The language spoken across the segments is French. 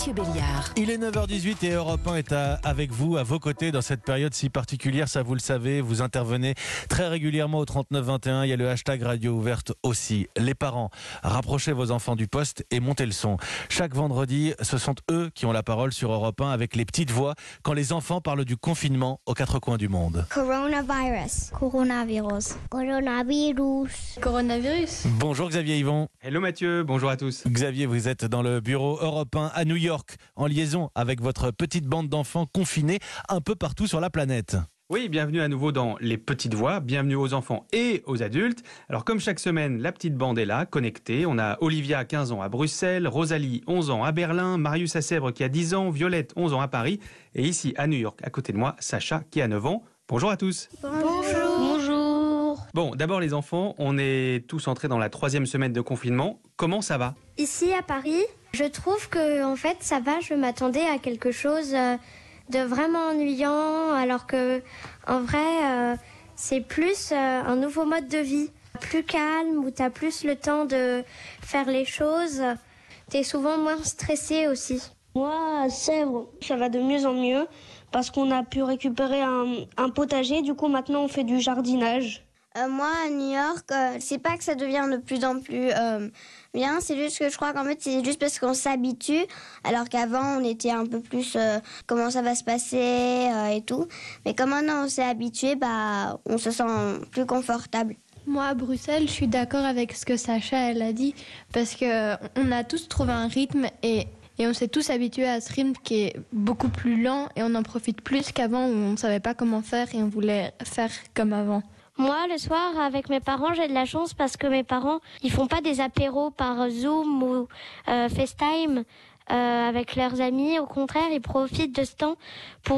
Mathieu Béliard. Il est 9h18 et Europe 1 est avec vous, à vos côtés dans cette période si particulière. Ça, vous le savez, vous intervenez très régulièrement au 3921. Il y a le hashtag Radio Ouverte aussi. Les parents, rapprochez vos enfants du poste et montez le son. Chaque vendredi, ce sont eux qui ont la parole sur Europe 1 avec les petites voix quand les enfants parlent du confinement aux quatre coins du monde. Coronavirus. Coronavirus. Coronavirus. Coronavirus. Bonjour Xavier Yvon. Hello Mathieu, bonjour à tous. Xavier, vous êtes dans le bureau Europe 1 à New York, en liaison avec votre petite bande d'enfants confinés un peu partout sur la planète. Oui, bienvenue à nouveau dans Les Petites Voix, bienvenue aux enfants et aux adultes. Alors comme chaque semaine, la petite bande est là, connectée. On a Olivia, 15 ans à Bruxelles, Rosalie, 11 ans à Berlin, Marius à Sèvres qui a 10 ans, Violette, 11 ans à Paris, et ici à New York, à côté de moi, Sacha qui a 9 ans. Bonjour à tous. Bonjour. Bon, d'abord les enfants, on est tous entrés dans la 3e semaine de confinement. Comment ça va ? Ici à Paris, je trouve que en fait ça va. Je m'attendais à quelque chose de vraiment ennuyant, alors que en vrai c'est plus un nouveau mode de vie, plus calme, où t'as plus le temps de faire les choses. T'es souvent moins stressé aussi. Moi, à Sèvres, ça va de mieux en mieux parce qu'on a pu récupérer un potager. Du coup, maintenant, on fait du jardinage. Moi, à New York, c'est pas que ça devient de plus en plus bien, c'est juste que je crois qu'en fait, c'est juste parce qu'on s'habitue, alors qu'avant, on était un peu plus comment ça va se passer et tout. Mais comme maintenant, on s'est habitué, on se sent plus confortable. Moi, à Bruxelles, je suis d'accord avec ce que Sacha elle a dit, parce qu'on a tous trouvé un rythme et on s'est tous habitués à ce rythme qui est beaucoup plus lent et on en profite plus qu'avant où on ne savait pas comment faire et on voulait faire comme avant. Moi, le soir, avec mes parents, j'ai de la chance parce que mes parents, ils font pas des apéros par Zoom ou FaceTime avec leurs amis. Au contraire, ils profitent de ce temps pour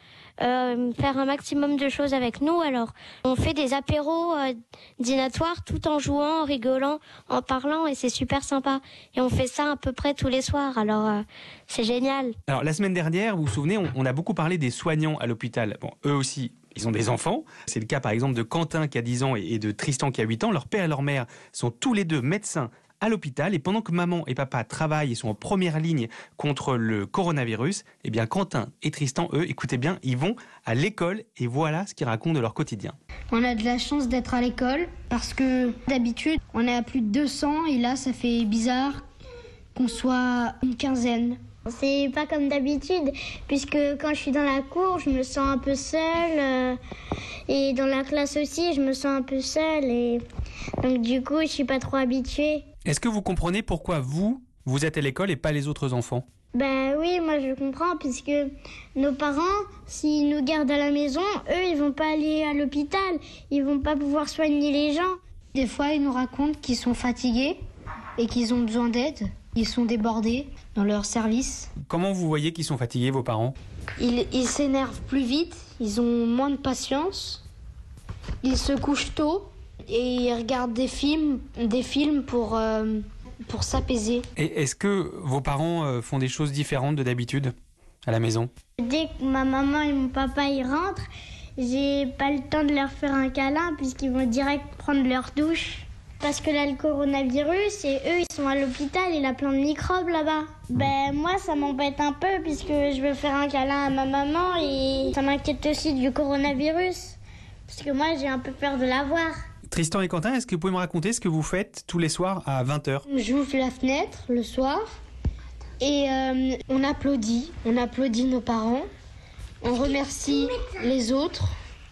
faire un maximum de choses avec nous. Alors, on fait des apéros dînatoires tout en jouant, en rigolant, en parlant, et c'est super sympa. Et on fait ça à peu près tous les soirs. Alors, c'est génial. Alors la semaine dernière, vous vous souvenez, on a beaucoup parlé des soignants à l'hôpital. Bon, eux aussi, ils ont des enfants. C'est le cas par exemple de Quentin qui a 10 ans et de Tristan qui a 8 ans. Leur père et leur mère sont tous les deux médecins à l'hôpital. Et pendant que maman et papa travaillent et sont en première ligne contre le coronavirus, eh bien Quentin et Tristan, eux, écoutez bien, ils vont à l'école et voilà ce qu'ils racontent de leur quotidien. On a de la chance d'être à l'école parce que d'habitude, on est à plus de 200 et là, ça fait bizarre qu'on soit une quinzaine. C'est pas comme d'habitude, puisque quand je suis dans la cour, je me sens un peu seule. Et dans la classe aussi, je me sens un peu seule. Et donc du coup, je suis pas trop habituée. Est-ce que vous comprenez pourquoi vous êtes à l'école et pas les autres enfants ? Ben oui, moi je comprends, puisque nos parents, s'ils nous gardent à la maison, eux, ils vont pas aller à l'hôpital. Ils vont pas pouvoir soigner les gens. Des fois, ils nous racontent qu'ils sont fatigués et qu'ils ont besoin d'aide. Ils sont débordés dans leur service. Comment vous voyez qu'ils sont fatigués, vos parents ? Ils s'énervent plus vite, ils ont moins de patience, ils se couchent tôt et ils regardent des films pour s'apaiser. Et est-ce que vos parents font des choses différentes de d'habitude à la maison ? Dès que ma maman et mon papa y rentrent, j'ai pas le temps de leur faire un câlin puisqu'ils vont direct prendre leur douche. Parce que là, le coronavirus, et eux, ils sont à l'hôpital, il a plein de microbes là-bas. Ben, moi, ça m'embête un peu, puisque je veux faire un câlin à ma maman, et ça m'inquiète aussi du coronavirus. Parce que moi, j'ai un peu peur de l'avoir. Tristan et Quentin, est-ce que vous pouvez me raconter ce que vous faites tous les soirs à 20h ? J'ouvre la fenêtre le soir, et on applaudit nos parents. On remercie les autres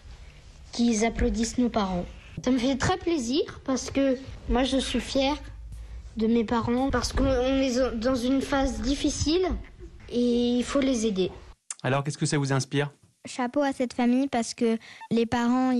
qui applaudissent nos parents. Ça me fait très plaisir parce que moi je suis fière de mes parents parce qu'on est dans une phase difficile et il faut les aider. Alors qu'est-ce que ça vous inspire ? Chapeau à cette famille parce que les parents,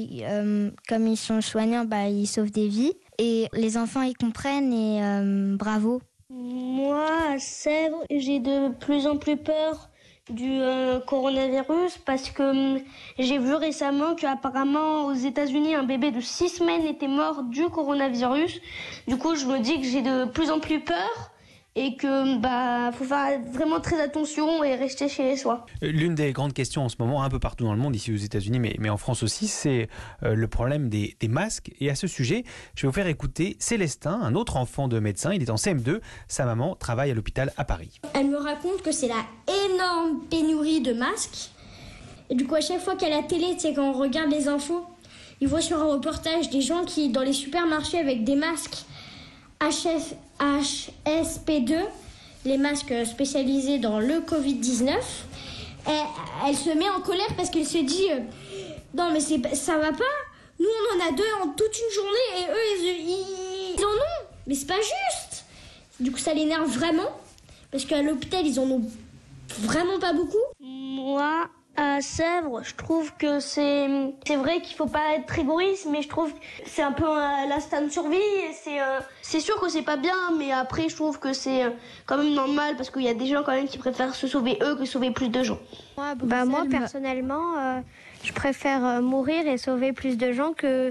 comme ils sont soignants, ils sauvent des vies. Et les enfants, ils comprennent et bravo. Moi, à Sèvres, j'ai de plus en plus peur du coronavirus parce que j'ai vu récemment qu'apparemment aux États-Unis un bébé de 6 semaines était mort du coronavirus. Du coup je me dis que j'ai de plus en plus peur et que faut faire vraiment très attention et rester chez soi. L'une des grandes questions en ce moment, un peu partout dans le monde, ici aux États-Unis, mais en France aussi, c'est le problème des masques. Et à ce sujet, je vais vous faire écouter Célestin, un autre enfant de médecin. Il est en CM2. Sa maman travaille à l'hôpital à Paris. Elle me raconte que c'est la énorme pénurie de masques. Et du coup, à chaque fois qu'il y a la télé, quand on regarde les infos, ils voient sur un reportage des gens qui, dans les supermarchés, avec des masques HSP2, les masques spécialisés dans le Covid-19, elle se met en colère parce qu'elle se dit non mais ça va pas, nous on en a 2 en toute une journée et eux ils en ont, mais c'est pas juste. Du coup ça l'énerve vraiment parce qu'à l'hôpital ils en ont vraiment pas beaucoup. Moi, à Sèvres, je trouve que c'est vrai qu'il faut pas être égoïste, mais je trouve que c'est un peu l'instinct de survie. Et c'est sûr que c'est pas bien, mais après je trouve que c'est quand même normal parce qu'il y a des gens quand même qui préfèrent se sauver eux que sauver plus de gens. Moi personnellement, je préfère mourir et sauver plus de gens que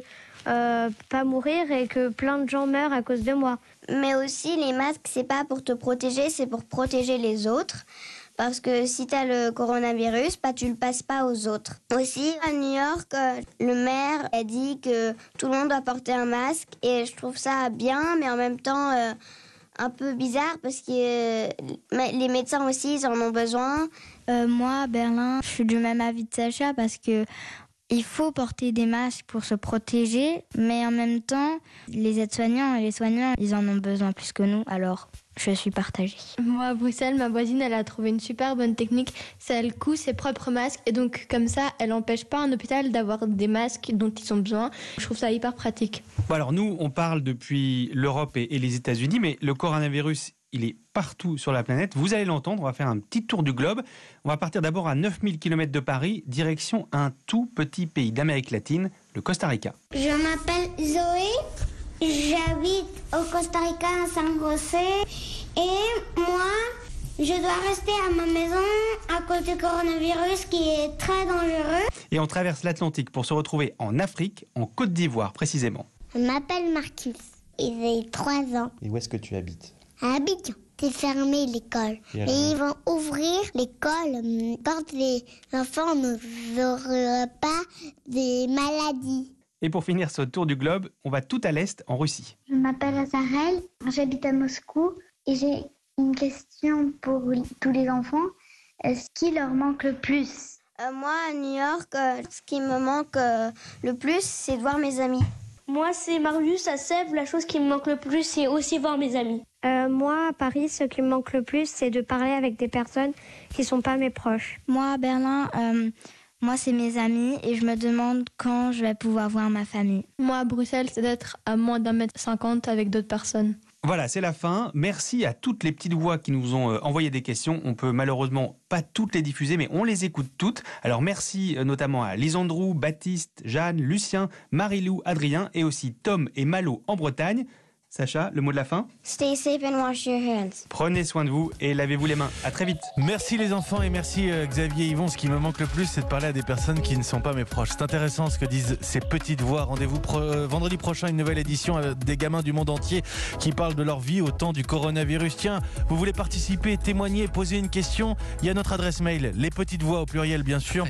pas mourir et que plein de gens meurent à cause de moi. Mais aussi, les masques, c'est pas pour te protéger, c'est pour protéger les autres. Parce que si tu as le coronavirus, tu le passes pas aux autres. Aussi, à New York, le maire a dit que tout le monde doit porter un masque. Et je trouve ça bien, mais en même temps un peu bizarre parce que les médecins aussi, ils en ont besoin. Moi, à Berlin, je suis du même avis de Sacha parce que il faut porter des masques pour se protéger. Mais en même temps, les aides-soignants et les soignants, ils en ont besoin plus que nous. Alors, je suis partagée. Moi, à Bruxelles, ma voisine, elle a trouvé une super bonne technique. C'est elle coud ses propres masques. Et donc, comme ça, elle n'empêche pas un hôpital d'avoir des masques dont ils ont besoin. Je trouve ça hyper pratique. Bon, alors nous, on parle depuis l'Europe et les États-Unis, mais le coronavirus, il est partout sur la planète. Vous allez l'entendre, on va faire un petit tour du globe. On va partir d'abord à 9000 km de Paris, direction un tout petit pays d'Amérique latine, le Costa Rica. Je m'appelle Zoé, j'habite au Costa Rica, à San José. Et moi, je dois rester à ma maison à cause du coronavirus qui est très dangereux. Et on traverse l'Atlantique pour se retrouver en Afrique, en Côte d'Ivoire précisément. Je m'appelle Marcus, j'ai 3 ans. Et où est-ce que tu habites ? À Abidjan. C'est fermé l'école. Et ils vont ouvrir l'école quand les enfants n'auront pas des maladies. Et pour finir ce tour du globe, on va tout à l'est, en Russie. Je m'appelle Azarel, j'habite à Moscou et j'ai une question pour tous les enfants. Ce qui leur manque le plus ? Moi, à New York, ce qui me manque le plus, c'est de voir mes amis. Moi, c'est Marius à Sèvres. La chose qui me manque le plus, c'est aussi voir mes amis. Moi, à Paris, ce qui me manque le plus, c'est de parler avec des personnes qui ne sont pas mes proches. Moi, à Berlin, moi, c'est mes amis et je me demande quand je vais pouvoir voir ma famille. Moi, à Bruxelles, c'est d'être à moins d'1,50 m avec d'autres personnes. Voilà, c'est la fin. Merci à toutes les petites voix qui nous ont envoyé des questions. On peut malheureusement pas toutes les diffuser, mais on les écoute toutes. Alors merci notamment à Lisandrou, Baptiste, Jeanne, Lucien, Marilou, Adrien et aussi Tom et Malo en Bretagne. Sacha, le mot de la fin ? Stay safe and wash your hands. Prenez soin de vous et lavez-vous les mains. À très vite. Merci les enfants et merci Xavier Yvon. Ce qui me manque le plus, c'est de parler à des personnes qui ne sont pas mes proches. C'est intéressant ce que disent ces petites voix. Rendez-vous vendredi prochain, une nouvelle édition avec des gamins du monde entier qui parlent de leur vie au temps du coronavirus. Tiens, vous voulez participer, témoigner, poser une question ? Il y a notre adresse mail, lespetitesvoix au pluriel bien sûr,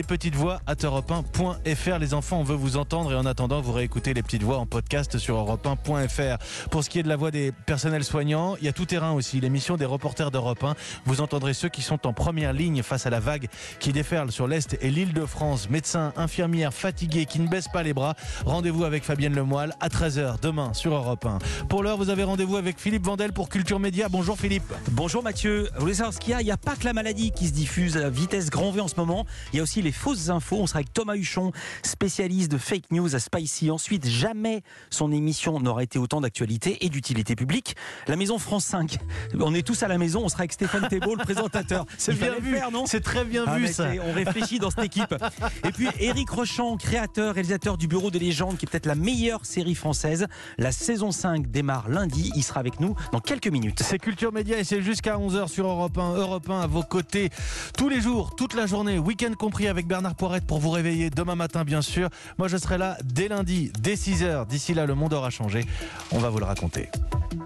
lespetitesvoix@europe1.fr. Les enfants, on veut vous entendre et en attendant, vous réécoutez les petites voix en podcast sur europe1.fr. Pour ce qui est de la voix des personnels soignants, il y a Tout Terrain aussi, l'émission des reporters d'Europe 1. Vous entendrez ceux qui sont en première ligne face à la vague qui déferle sur l'Est et l'Île-de-France. Médecins, infirmières, fatigués, qui ne baissent pas les bras. Rendez-vous avec Fabienne Lemoyle à 13h demain sur Europe 1. Pour l'heure, vous avez rendez-vous avec Philippe Vandel pour Culture Média. Bonjour Philippe. Bonjour Mathieu. Vous voulez savoir ce qu'il y a ? Il n'y a pas que la maladie qui se diffuse à vitesse grand V en ce moment. Il y a aussi les fausses infos. On sera avec Thomas Huchon, spécialiste de fake news à Spicy. Ensuite, jamais son émission n'aura été autant d'actualité et d'utilité publique. La maison France 5. On est tous à la maison. On sera avec Stéphane Thébault, le présentateur. C'est bien vu, non ? C'est très bien vu ça. On réfléchit dans cette équipe. Et puis Éric Rochant, créateur, réalisateur du Bureau des légendes, qui est peut-être la meilleure série française. La saison 5 démarre lundi. Il sera avec nous dans quelques minutes. C'est Culture Média et c'est jusqu'à 11h sur Europe 1. Europe 1 à vos côtés tous les jours, toute la journée, week-end compris, avec Bernard Poirette pour vous réveiller demain matin bien sûr. Moi je serai là dès lundi, dès 6h. D'ici là, le monde aura changé. On va vous le raconter.